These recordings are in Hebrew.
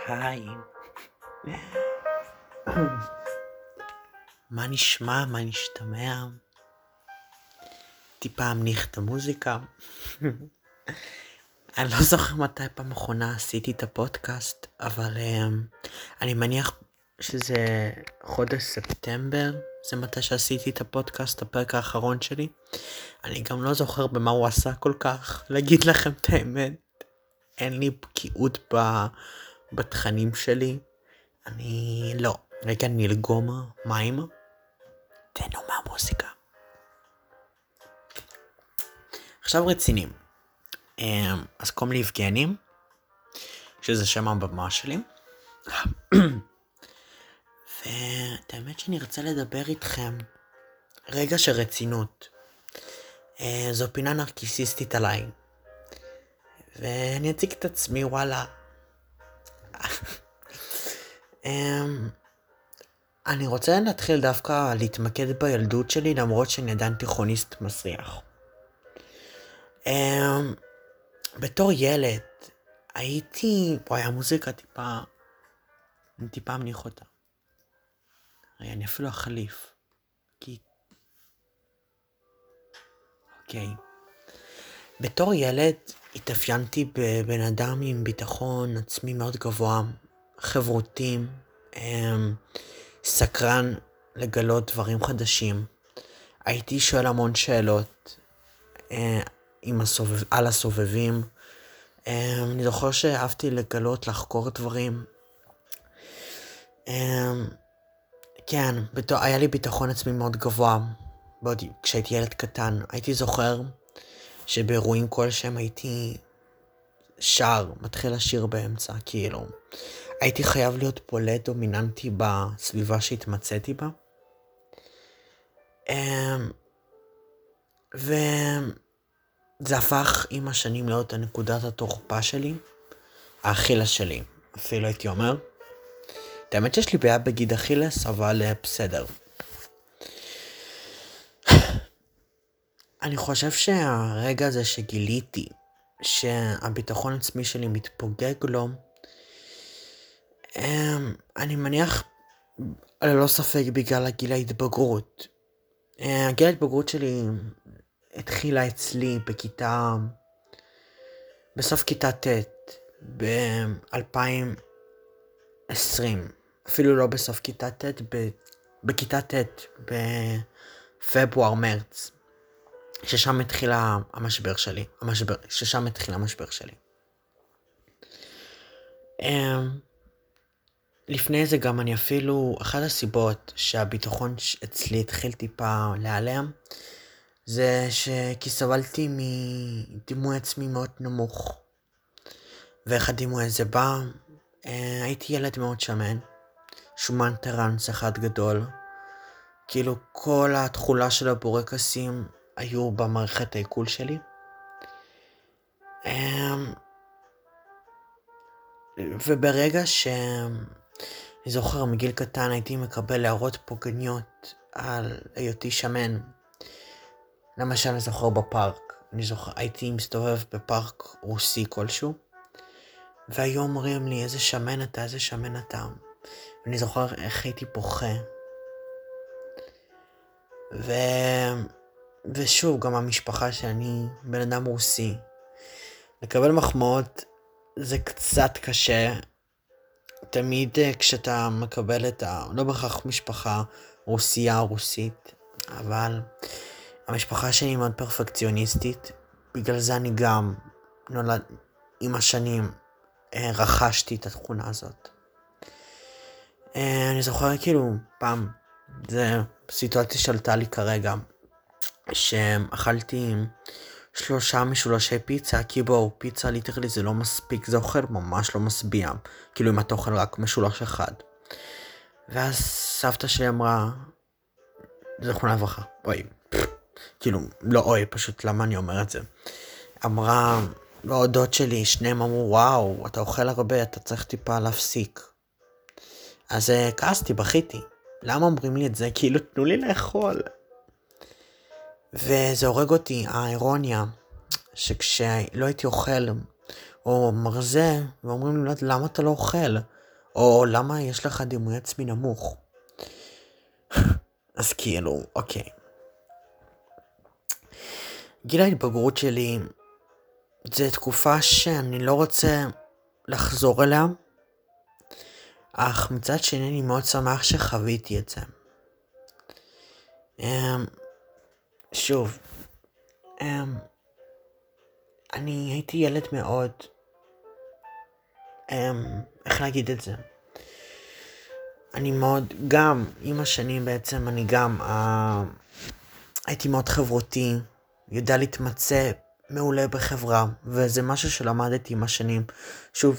היי. מה נשמע? מה נשתמע? טיפה אמניח את המוזיקה. אני לא זוכר מתי פעם אחרונה עשיתי את הפודקאסט, אבל אני מניח שזה חודש ספטמבר, זה מתי שעשיתי את הפודקאסט, הפרק האחרון שלי. אני גם לא זוכר במה הוא עשה כל כך, להגיד לכם את האמת. אין לי בקיאות בתכנים שלי. אני לא. רגע נלגום מים. תנו מהמוזיקה. עכשיו רצינים. אז קוראים לי יבגני, שזה שם הבמה שלי. ואת האמת שאני רוצה לדבר איתכם רגע של רצינות. זו פינה נרקיסיסטית עליי. ואני אציג את עצמי, וואלה. אני רוצה להתחיל דווקא להתמקד בילדות שלי, למרות שאני עדיין תיכוניסט מסריח. בתור ילד הייתי, המוזיקה טיפה מניח אותה. אני אפילו אחליף. אוקיי. בתור ילד התאפיינתי בבן אדם עם ביטחון עצמי מאוד גבוה, חברותים, סקרן לגלות דברים חדשים. הייתי שואל המון שאלות על הסובבים. אני זוכר שאהבתי לגלות, לחקור דברים. כן, היה לי ביטחון עצמי מאוד גבוה. כשהייתי ילד קטן, הייתי זוכר שבאירועים כלשהם הייתי מתחיל לשיר באמצע, כאילו. הייתי חייב להיות בולט דומיננטי בסביבה שהתמצאתי בה. וזה הפך עם השנים להיות נקודת התורפה שלי, האכילס שלי, אפילו הייתי אומר. את האמת שיש לי בעיה בגיד אכילס, אבל בסדר. אני חושב שהרגע הזה שגיליתי שהביטחון עצמי שלי מתפוגג לו, אני מניח ללא ספק בגלל הגיל ההתבגרות. הגיל ההתבגרות שלי התחילה אצלי בסוף כיתה ט' ב-2020, אפילו לא בסוף כיתה ט', בכיתה ט' בפברואר מרץ, ששם התחיל המשבר שלי. לפני זה גם אני אפילו, אחת הסיבות שהביטחון אצלי התחיל טיפה להיעלם, זה כי סבלתי מדימוי עצמי מאוד נמוך. ואיך הדימוי הזה בא? הייתי ילד מאוד שמן, שומן טרנס אחד גדול. כאילו כל התכולה של הבורקסים היו במערכת העיכול שלי. וברגע אני זוכר מגיל קטן הייתי מקבל הערות פוגעניות על היותי שמן. למשל אני זוכר בפארק, הייתי מסתובב בפארק רוסי כלשהו, והיו אומרים לי איזה שמן אתה. ואני זוכר איך הייתי בוכה. ושוב, גם המשפחה שאני בן אדם רוסי. לקבל מחמאות זה קצת קשה. תמיד כשאתה מקבל לא בהכרח משפחה רוסית, אבל המשפחה שלי היא מאוד פרפקציוניסטית. בגלל זה אני גם עם השנים רכשתי את התכונה הזאת. אני זוכר כאילו פעם, זה סיטואציה שעלתה לי כרגע, שאכלתי 3 משולשי פיצה, כי פיצה ליטרלי זה לא מספיק, זה אוכל ממש לא משביע, כאילו אם אתה אוכל רק משולש אחד. ואז סבתא שלי אמרה, זכרונה לברכה, פשוט למה אני אומר את זה? אמרה, והדוד שלי, שניהם אמרו, וואו, אתה אוכל הרבה, אתה צריך טיפה להפסיק. אז כעסתי, בכיתי. למה אומרים לי את זה? כאילו, תנו לי לאכול. וזה הורג אותי, האירוניה, שכשלא הייתי אוכל, או מרזה, ואומרים לי, למה אתה לא אוכל? או למה יש לך דימוי עצמי נמוך? אז כאילו, אוקיי. גיל ההתבגרות שלי זה תקופה שאני לא רוצה לחזור אליה, אך מצד שני אני מאוד שמח שחוויתי את זה. שוב, אני הייתי ילד מאוד, איך להגיד את זה? אני מאוד, גם עם השנים בעצם אני גם הייתי מאוד חברותי, יודע להתמצא מעולה בחברה, וזה משהו שלמדתי עם השנים. שוב,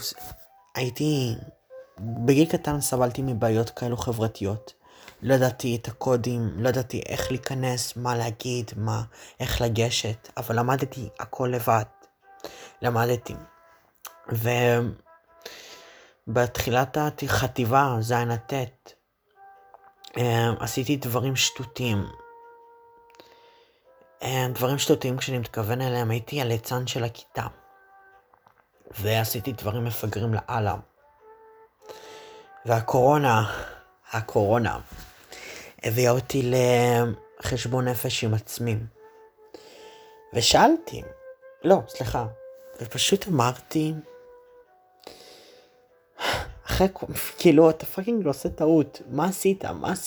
בגיל קטן סבלתי מבעיות כאלו חברתיות. לא ידעתי את הקודים, לא ידעתי איך להיכנס, מה להגיד, איך לגשת, אבל למדתי הכל לבד. ובתחילת החטיבה, זין עתת, עשיתי דברים שטותיים. דברים שטותיים כשאני מתכוון אליהם, הייתי הליצן של הכיתה. ועשיתי דברים מפגרים לאללה. והקורונה הביאה אותי לחשבון נפש עם עצמי. ושאלתי, ופשוט אמרתי, אחרי, כאילו, אתה פאקינג לא עושה טעות. מה עשית?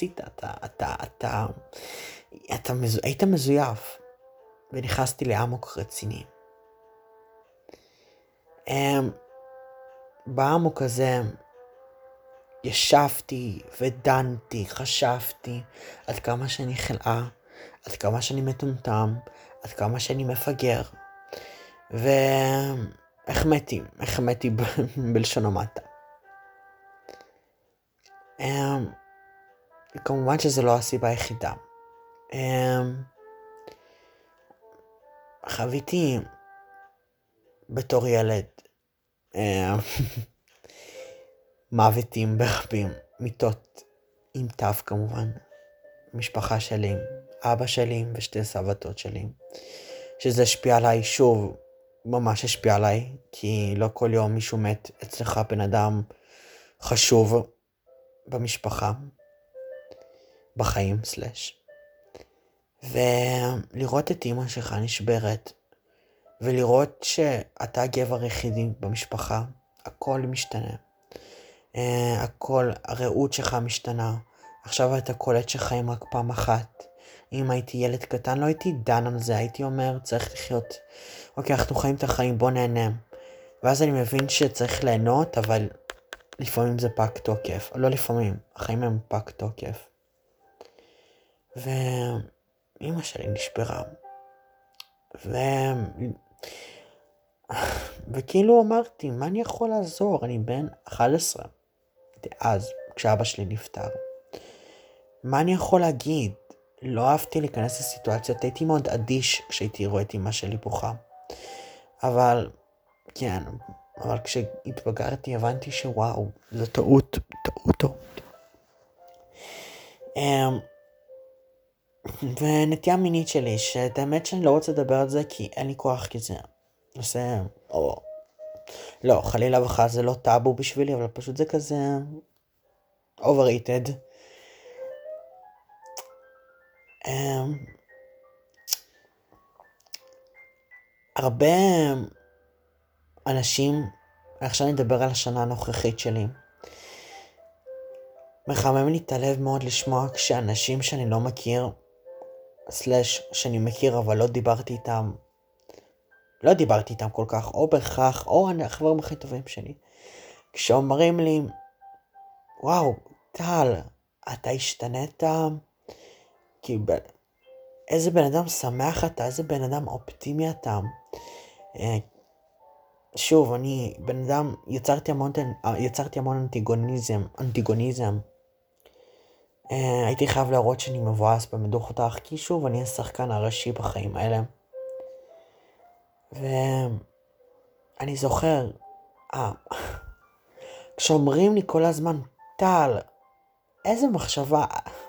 היית מזויף. ונכנסתי לעמוק רציני. בעמוק הזה ישבתי ודנתי, חשבתי עד כמה שאני חלאה, עד כמה שאני מטומטם, עד כמה שאני מפגר. והחמאתי בלשון המעטה. כמובן שזה לא הסיבה היחידה. חוויתי בתור ילד מוותים ברבים, מיטות עם תו כמובן, משפחה שלי, אבא שלי ושתי סבתות שלי, שזה השפיע עליי, שוב, ממש השפיע עליי, כי לא כל יום מישהו מת אצלך בן אדם חשוב במשפחה, בחיים ולראות את אמא שלך נשברת, ולראות שאתה הגבר היחידי במשפחה, הכל משתנה. הכל, הראות שלך משתנה. עכשיו אתה קולט שחיים רק פעם אחת. אם הייתי ילד קטן לא הייתי דן על זה, הייתי אומר צריך לחיות. אוקיי, אנחנו חיים את החיים, בוא נהנה. ואז אני מבין שצריך ליהנות, אבל לפעמים זה פג תוקף. לא לפעמים, החיים הם פג תוקף. ואמא שלי נשברה. וכאילו אמרתי, מה אני יכול לעזור? אני בן 11. אז, כשאבא שלי נפטר. מה אני יכול להגיד? לא אהבתי להיכנס לסיטואציות, הייתי מאוד אדיש כשהייתי רואה את אמא שלי בוכה. אבל כשהתבגרתי הבנתי שוואו, זו טעות. ונטייה מינית שלי, שאת האמת שאני לא רוצה לדבר על זה כי אין לי כוח כזה. לא, חלילה וחס זה לא טאבו בשבילי, אבל פשוט זה כזה overrated. הרבה אנשים, עכשיו אני אדבר על השנה הנוכחית שלי, מחמם לי את הלב מאוד לשמוע כשאנשים שאני לא מכיר, שאני מכיר אבל לא דיברתי איתם כל כך, או בכך, או החברים הכי טובים שלי, כשאומרים לי, וואו, טל, אתה השתנית, כי איזה בן אדם שמח אתה, איזה בן אדם אופטימי אתה. שוב, אני בן אדם, יצרתי המון אנטיגוניזם. הייתי חייב להראות שאני מבואס במדוך אותך, כי שוב, אני השחקן הראשי בחיים האלה. ואני זוכר, כשאומרים לי כל הזמן, טל, איזה מחשבה,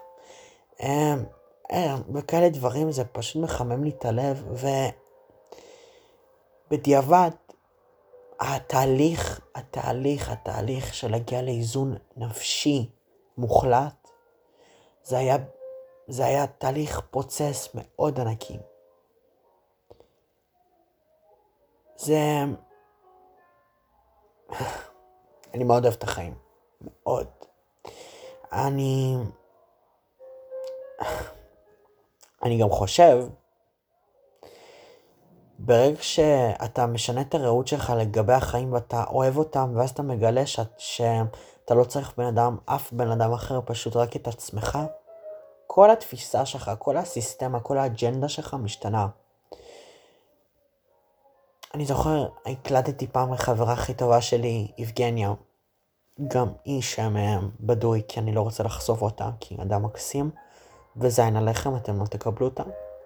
וכאלה דברים, זה פשוט מחמם לי את הלב, ובדיעבד, התהליך של להגיע לאיזון נפשי מוחלט, זה היה תהליך פרוצס מאוד ענקי. אני מאוד אוהב את החיים. מאוד. אני גם חושב, ברגע שאתה משנה את הראות שלך לגבי החיים ואתה אוהב אותם, ואז אתה מגלה שאתה לא צריך אף בן אדם אחר, פשוט רק את עצמך, כל התפיסה שלך, כל הסיסטמה, כל האג'נדה שלך משתנה. אני זוכר, הקלטתי פעם לחברה הכי טובה שלי, יבגניה, גם היא שם בדוי, כי אני לא רוצה לחשוף אותה, כי היא אדם מקסים, וזין עליכם, אתם לא תקבלו אותה.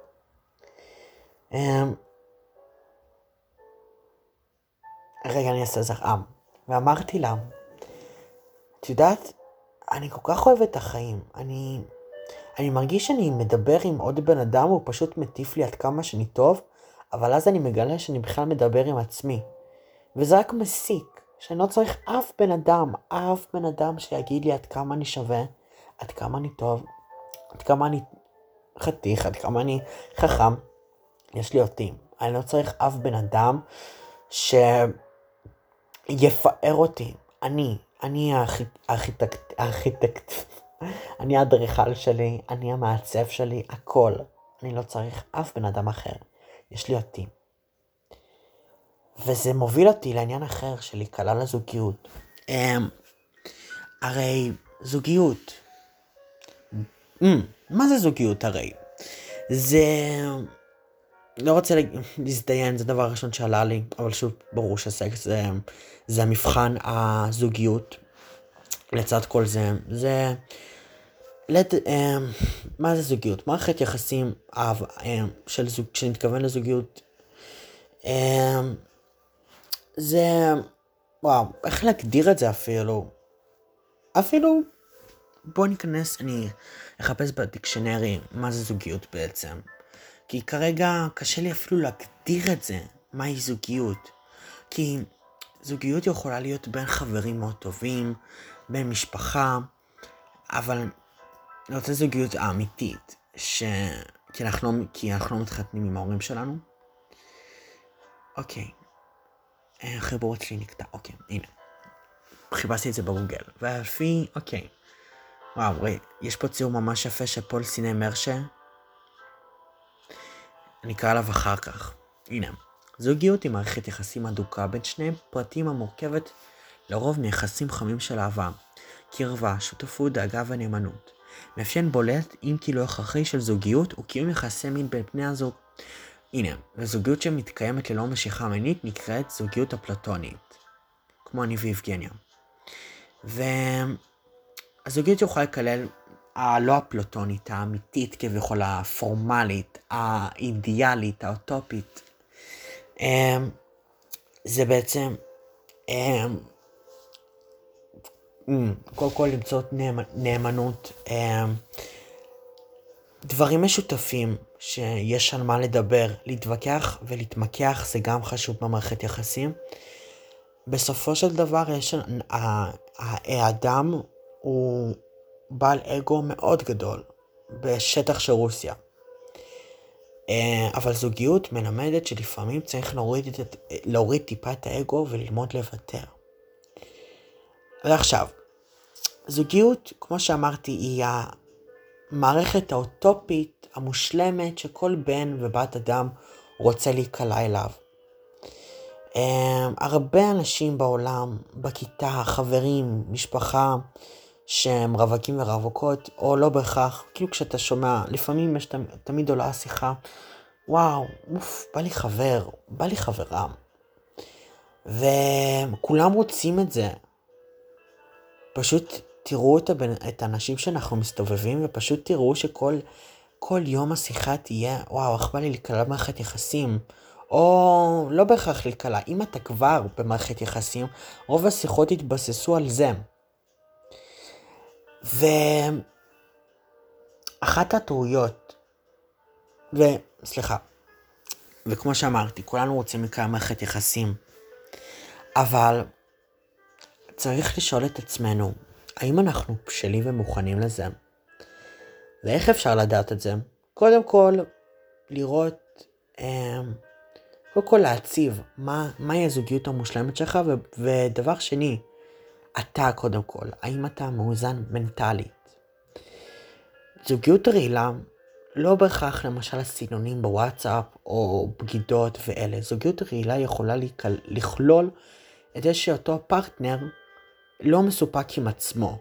רגע, אני אעשה זרעם. ואמרתי לה, את יודעת, אני כל כך אוהב את החיים. אני מרגיש שאני מדבר עם עוד בן אדם, הוא פשוט מטיף לי עד כמה שאני טוב, אבל אז אני מגלה שאני בכלל מדבר עם עצמי. וזה רק מסיק, שאני לא צריך אף בן אדם שיגיד לי עד כמה אני שווה, עד כמה אני טוב, עד כמה אני חתיך, עד כמה אני חכם. יש לי אותי. אני לא צריך אף בן אדם שיפאר אותי. אני הארכיטקט, אני האדריכל שלי, אני המעצב שלי, הכל. אני לא צריך אף בן אדם אחר. יש לי אותי. וזה מוביל אותי לעניין אחר שלי, כלל הזוגיות. הרי זוגיות. מה זה זוגיות הרי? זה... לא רוצה להזדיין, זה דבר הראשון שעלה לי, אבל שוב, ברור שסקס זה המבחן הזוגיות. לצד כל זה, מה זה זוגיות? מערכת יחסים של זוג, כשנתכוון לזוגיות, זה, וואו, איך להגדיר את זה אפילו, בוא ניכנס, אני אחפש בדיקשנרי מה זה זוגיות בעצם. כי כרגע קשה לי אפילו להגדיר את זה, מהי זוגיות. כי זוגיות יכולה להיות בין חברים מאוד טובים, בין משפחה, אבל אני רוצה זוגיות האמיתית, כי אנחנו לא מתחתנים עם ההורים שלנו. אוקיי. החיבור אצלי נקטע, אוקיי, הנה. חיפשתי את זה בגוגל, ולפי, אוקיי. וואו, יש פה ציור ממש יפה של פול סיני מרשה. אני אקרא עליו אחר כך. הנה. זוגיות היא מערכת יחסים הדוקה בין שני פרטים המורכבת לרוב מיחסים חמים של אהבה, קרבה, שותפות, דאגה ונאמנות. מאפיין בולט, אם כי לא הכרחי, של זוגיות הוא קיום יחסי מין בין בני הזוג. הנה, וזוגיות שמתקיימת ללא משיכה מינית נקראת זוגיות הפלטונית, כמו אני ויבגניה. והזוגיות יכולה לכלל הלא הפלטונית, האמיתית כביכול, הפורמלית, האידיאלית, האוטופית. זה בעצם קודם כל למצוא נאמנות, דברים משותפים שיש על מה לדבר, להתווכח ולהתמקח, זה גם חשוב במערכת יחסים. בסופו של דבר האדם הוא בעל אגו מאוד גדול בשטח של רוסיה. אבל זוגיות מלמדת שלפעמים צריך להוריד טיפה את האגו וללמוד לוותר. ועכשיו, זוגיות, כמו שאמרתי, היא המערכת האוטופית המושלמת שכל בן ובת אדם רוצה להיקלע אליו. הרבה אנשים בעולם, בכיתה, חברים, משפחה, שהם רווקים ורווקות, או לא בהכרח, כאילו כשאתה שומע, לפעמים יש תמיד עולה השיחה, וואו, בא לי חבר, בא לי חברה. וכולם רוצים את זה. פשוט תראו את האנשים שאנחנו מסתובבים, ופשוט תראו שכל יום השיחה תהיה, וואו, איך בא לי להיקלע במערכת יחסים, או לא בהכרח להיקלע. אם אתה כבר במערכת יחסים, רוב השיחות התבססו על זה. ואחת הטעויות, וכמו שאמרתי, כולנו רוצים לקיים מערכת יחסים, אבל צריך לשאול את עצמנו, האם אנחנו בשלים ומוכנים לזה? ואיך אפשר לדעת את זה? קודם כל, לראות, קודם כל להציב מהי הזוגיות המושלמת שלך, ודבר שני, אתה קודם כל, האם אתה מאוזן מנטלית? זוגיות רעילה, לא בהכרח למשל הסינונים בוואטסאפ או בגידות ואלה. זוגיות רעילה יכולה לכלול את זה שאותו פרטנר לא מסופק עם עצמו.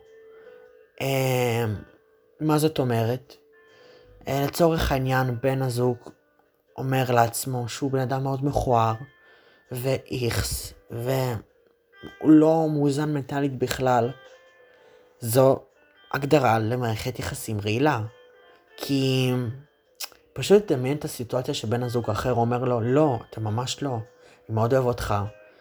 מה זאת אומרת? לצורך העניין, בן הזוג אומר לעצמו שהוא בן אדם מאוד מכוער ואיכס, והוא לא מאוזן מנטלית בכלל. זו הגדרה למערכת יחסים רעילה. כי פשוט תדמיין את הסיטואציה שבן הזוג האחר אומר לו, לא, אתה ממש לא, אני מאוד אוהב אותך.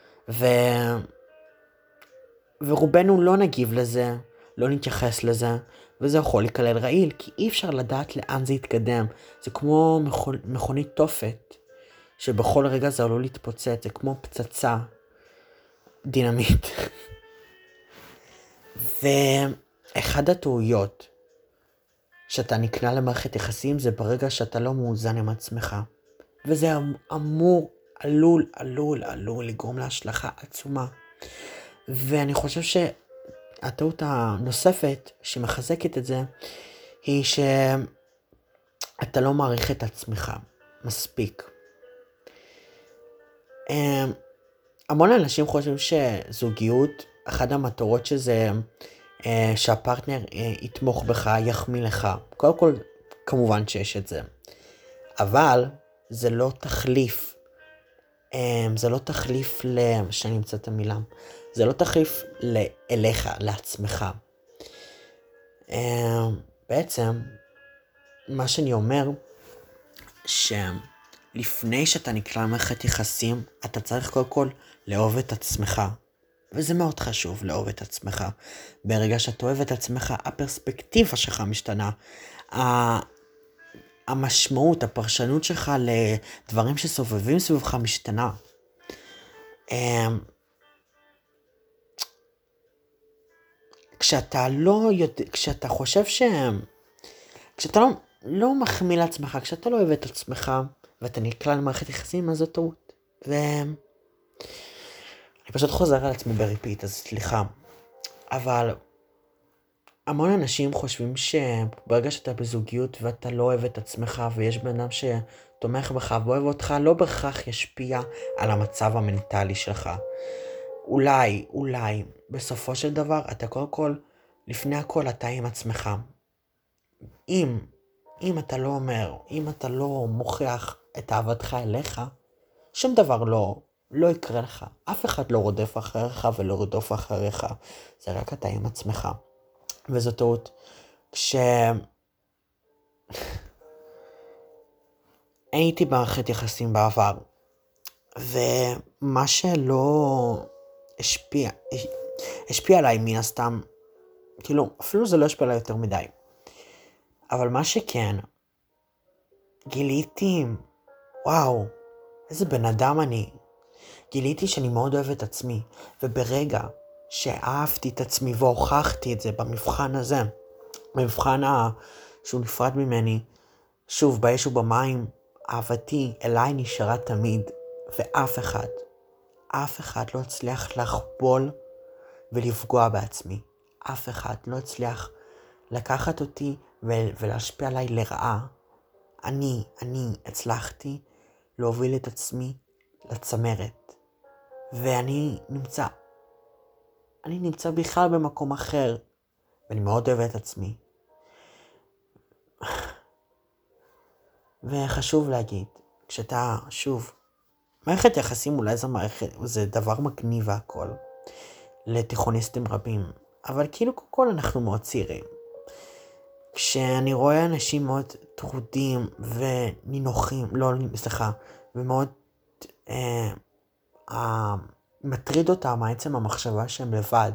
ורובנו לא נגיב לזה, לא נתייחס לזה, וזה יכול להיכלל רעיל, כי אי אפשר לדעת לאן זה יתקדם. זה כמו מכונית תופת, שבכל רגע זה עלול להתפוצץ, זה כמו פצצה דינמיט. ואחד הטעויות שאתה נקנה למערכת יחסים זה ברגע שאתה לא מאוזן עם עצמך. וזה עלול לגרום להשלכה עצומה. ואני חושב שהטעות הנוספת שמחזקת את זה, היא שאתה לא מעריך את עצמך מספיק. המון אנשים חושבים שזוגיות, אחת המטרות שזה שהפרטנר יתמוך בך, יחמיא לך. קודם כל, כמובן שיש את זה. אבל זה לא תחליף. זה לא תחליף שאני אמצא את המילה. זה לא תחליף אליך, לעצמך. בעצם, מה שאני אומר, שלפני שאתה נקרא למערכת יחסים, אתה צריך קודם כל לאהוב את עצמך. וזה מאוד חשוב, לאהוב את עצמך. ברגע שאתה אוהב את עצמך, הפרספקטיבה שלך משתנה. המשמעות, הפרשנות שלך לדברים שסובבים סביבך משתנה. כשאתה חושב כשאתה לא מחמיא לעצמך, כשאתה לא אוהב את עצמך, ואתה נקלע למערכת יחסים, אז זו טעות. אני פשוט חוזר על עצמי בריפיט, אז סליחה. אבל המון אנשים חושבים שברגע שאתה בזוגיות ואתה לא אוהב את עצמך, ויש בן אדם שתומך בך ואוהב אותך, לא בהכרח ישפיע על המצב המנטלי שלך. אולי, בסופו של דבר, אתה קודם כל, לפני הכל אתה עם עצמך. אם אתה לא אומר, אם אתה לא מוכיח את אהבתך אליך, שום דבר לא יקרה לך. אף אחד לא רודף אחריך ולא רודף אחריך. זה רק אתה עם עצמך. וזו טעות. הייתי במערכת יחסים בעבר, ומה שלא השפיע עליי מן הסתם, כאילו, אפילו זה לא השפיע עליי יותר מדי. אבל מה שכן, גיליתי, וואו, איזה בן אדם אני. גיליתי שאני מאוד אוהב את עצמי, וברגע שאהבתי את עצמי והוכחתי את זה במבחן הזה, במבחן שהוא נפרד ממני, שוב, באש ובמים, אהבתי אליי נשארה תמיד, ואף אחד לא הצליח לחבול ולפגוע בעצמי. אף אחד לא הצליח לקחת אותי ולהשפיע עליי לרעה. אני הצלחתי להוביל את עצמי לצמרת. ואני נמצא בכלל במקום אחר, ואני מאוד אוהב את עצמי. וחשוב להגיד, כשאתה, שוב, מערכת יחסים אולי זה דבר מגניב והכל, לתיכוניסטים רבים, אבל כאילו כל אנחנו מאוד צעירים. כשאני רואה אנשים מאוד טרודים ונינוחים, ומאוד מטריד אותם מעצם המחשבה שהם לבד.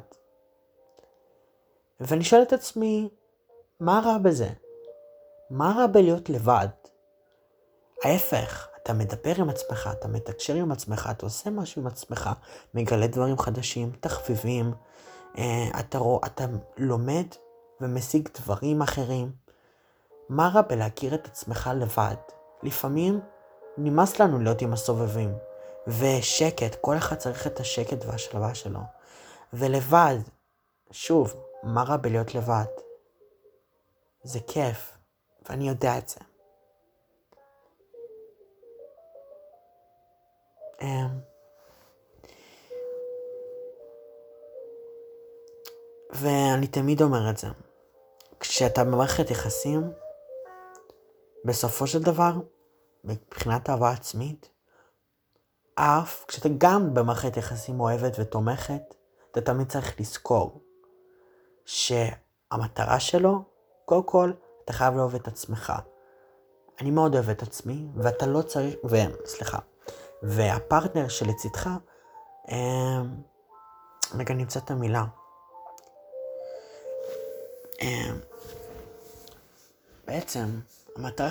ואני שואל את עצמי, מה רע בזה? מה רע בלהיות לבד? ההפך, אתה מדבר עם עצמך, אתה מתקשר עם עצמך, אתה עושה משהו עם עצמך, מגלה דברים חדשים, תחביבים, אתה לומד ומשיג דברים אחרים. מה רע בלהכיר את עצמך לבד? לפעמים נמאס לנו להיות עם הסובבים, ושקט, כל אחד צריך את השקט והשלווה שלו. ולבד, שוב, מה רע בלהיות לבד? זה כיף, ואני יודע את זה. ואני תמיד אומר את זה. כשאתה במערכת יחסים, בסופו של דבר, מבחינת אהבה עצמית, כשאתה גם במערכת יחסים אוהבת ותומכת, אתה תמיד צריך לזכור שהמטרה שלו, קודם כל, אתה חייב לאהוב את עצמך. אני מאוד אוהב את עצמי, ואתה לא צריך, והפרטנר שלצידך, רגע נמצא את המילה. בעצם, המטרה,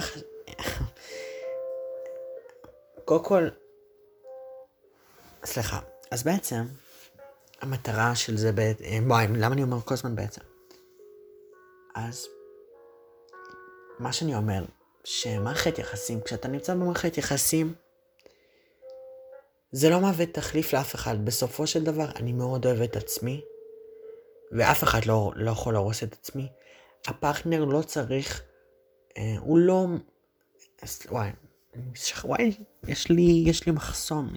קודם כל, אז בעצם, המטרה של זה, למה אני אומר כל הזמן בעצם? אז, מה שאני אומר, שמערכת יחסים, כשאתה נמצא במערכת יחסים, זה לא מהווה תחליף לאף אחד. בסופו של דבר, אני מאוד אוהב את עצמי, ואף אחד לא יכול להרוס את עצמי. הפרטנר לא צריך, הוא לא, יש לי מחסום,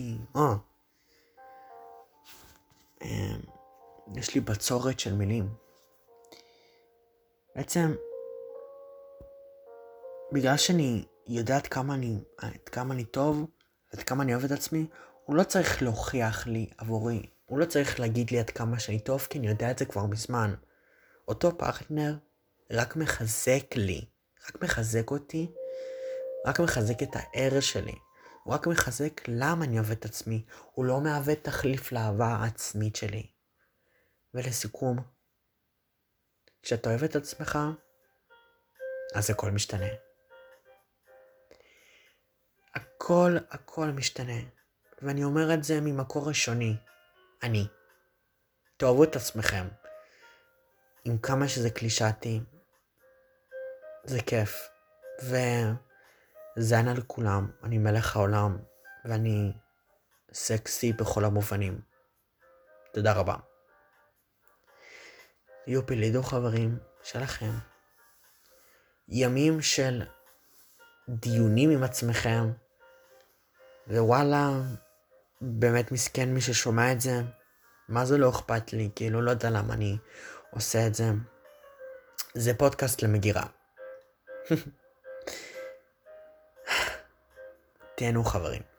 יש לי בצורת של מילים. בעצם, בגלל שאני יודע עד כמה אני טוב, עד כמה אני אוהב את עצמי, הוא לא צריך להוכיח לי עבורי, הוא לא צריך להגיד לי עד כמה שאני טוב, כי אני יודע את זה כבר מזמן. אותו פרטנר רק מחזק לי, רק מחזק אותי, רק מחזק את הערך שלי. הוא רק מחזק למה אני אוהב את עצמי. הוא לא מהווה תחליף לאהבה העצמית שלי. ולסיכום, כשאתה אוהב את עצמך, אז הכל משתנה. הכל משתנה. ואני אומר את זה ממקור ראשוני. תאהבו את עצמכם. עם כמה שזה קלישאתי, זה כיף. וזה ענה לכולם. אני מלך העולם, ואני סקסי בכל המובנים. תודה רבה. יופילידו חברים שלכם. ימים של דיונים עם עצמכם, ווואלה, באמת מסכן מי ששומע את זה. מה זה לא אכפת לי? כאילו לא יודע למה אני עושה את זה. זה פודקאסט למגירה. תהנו חברים.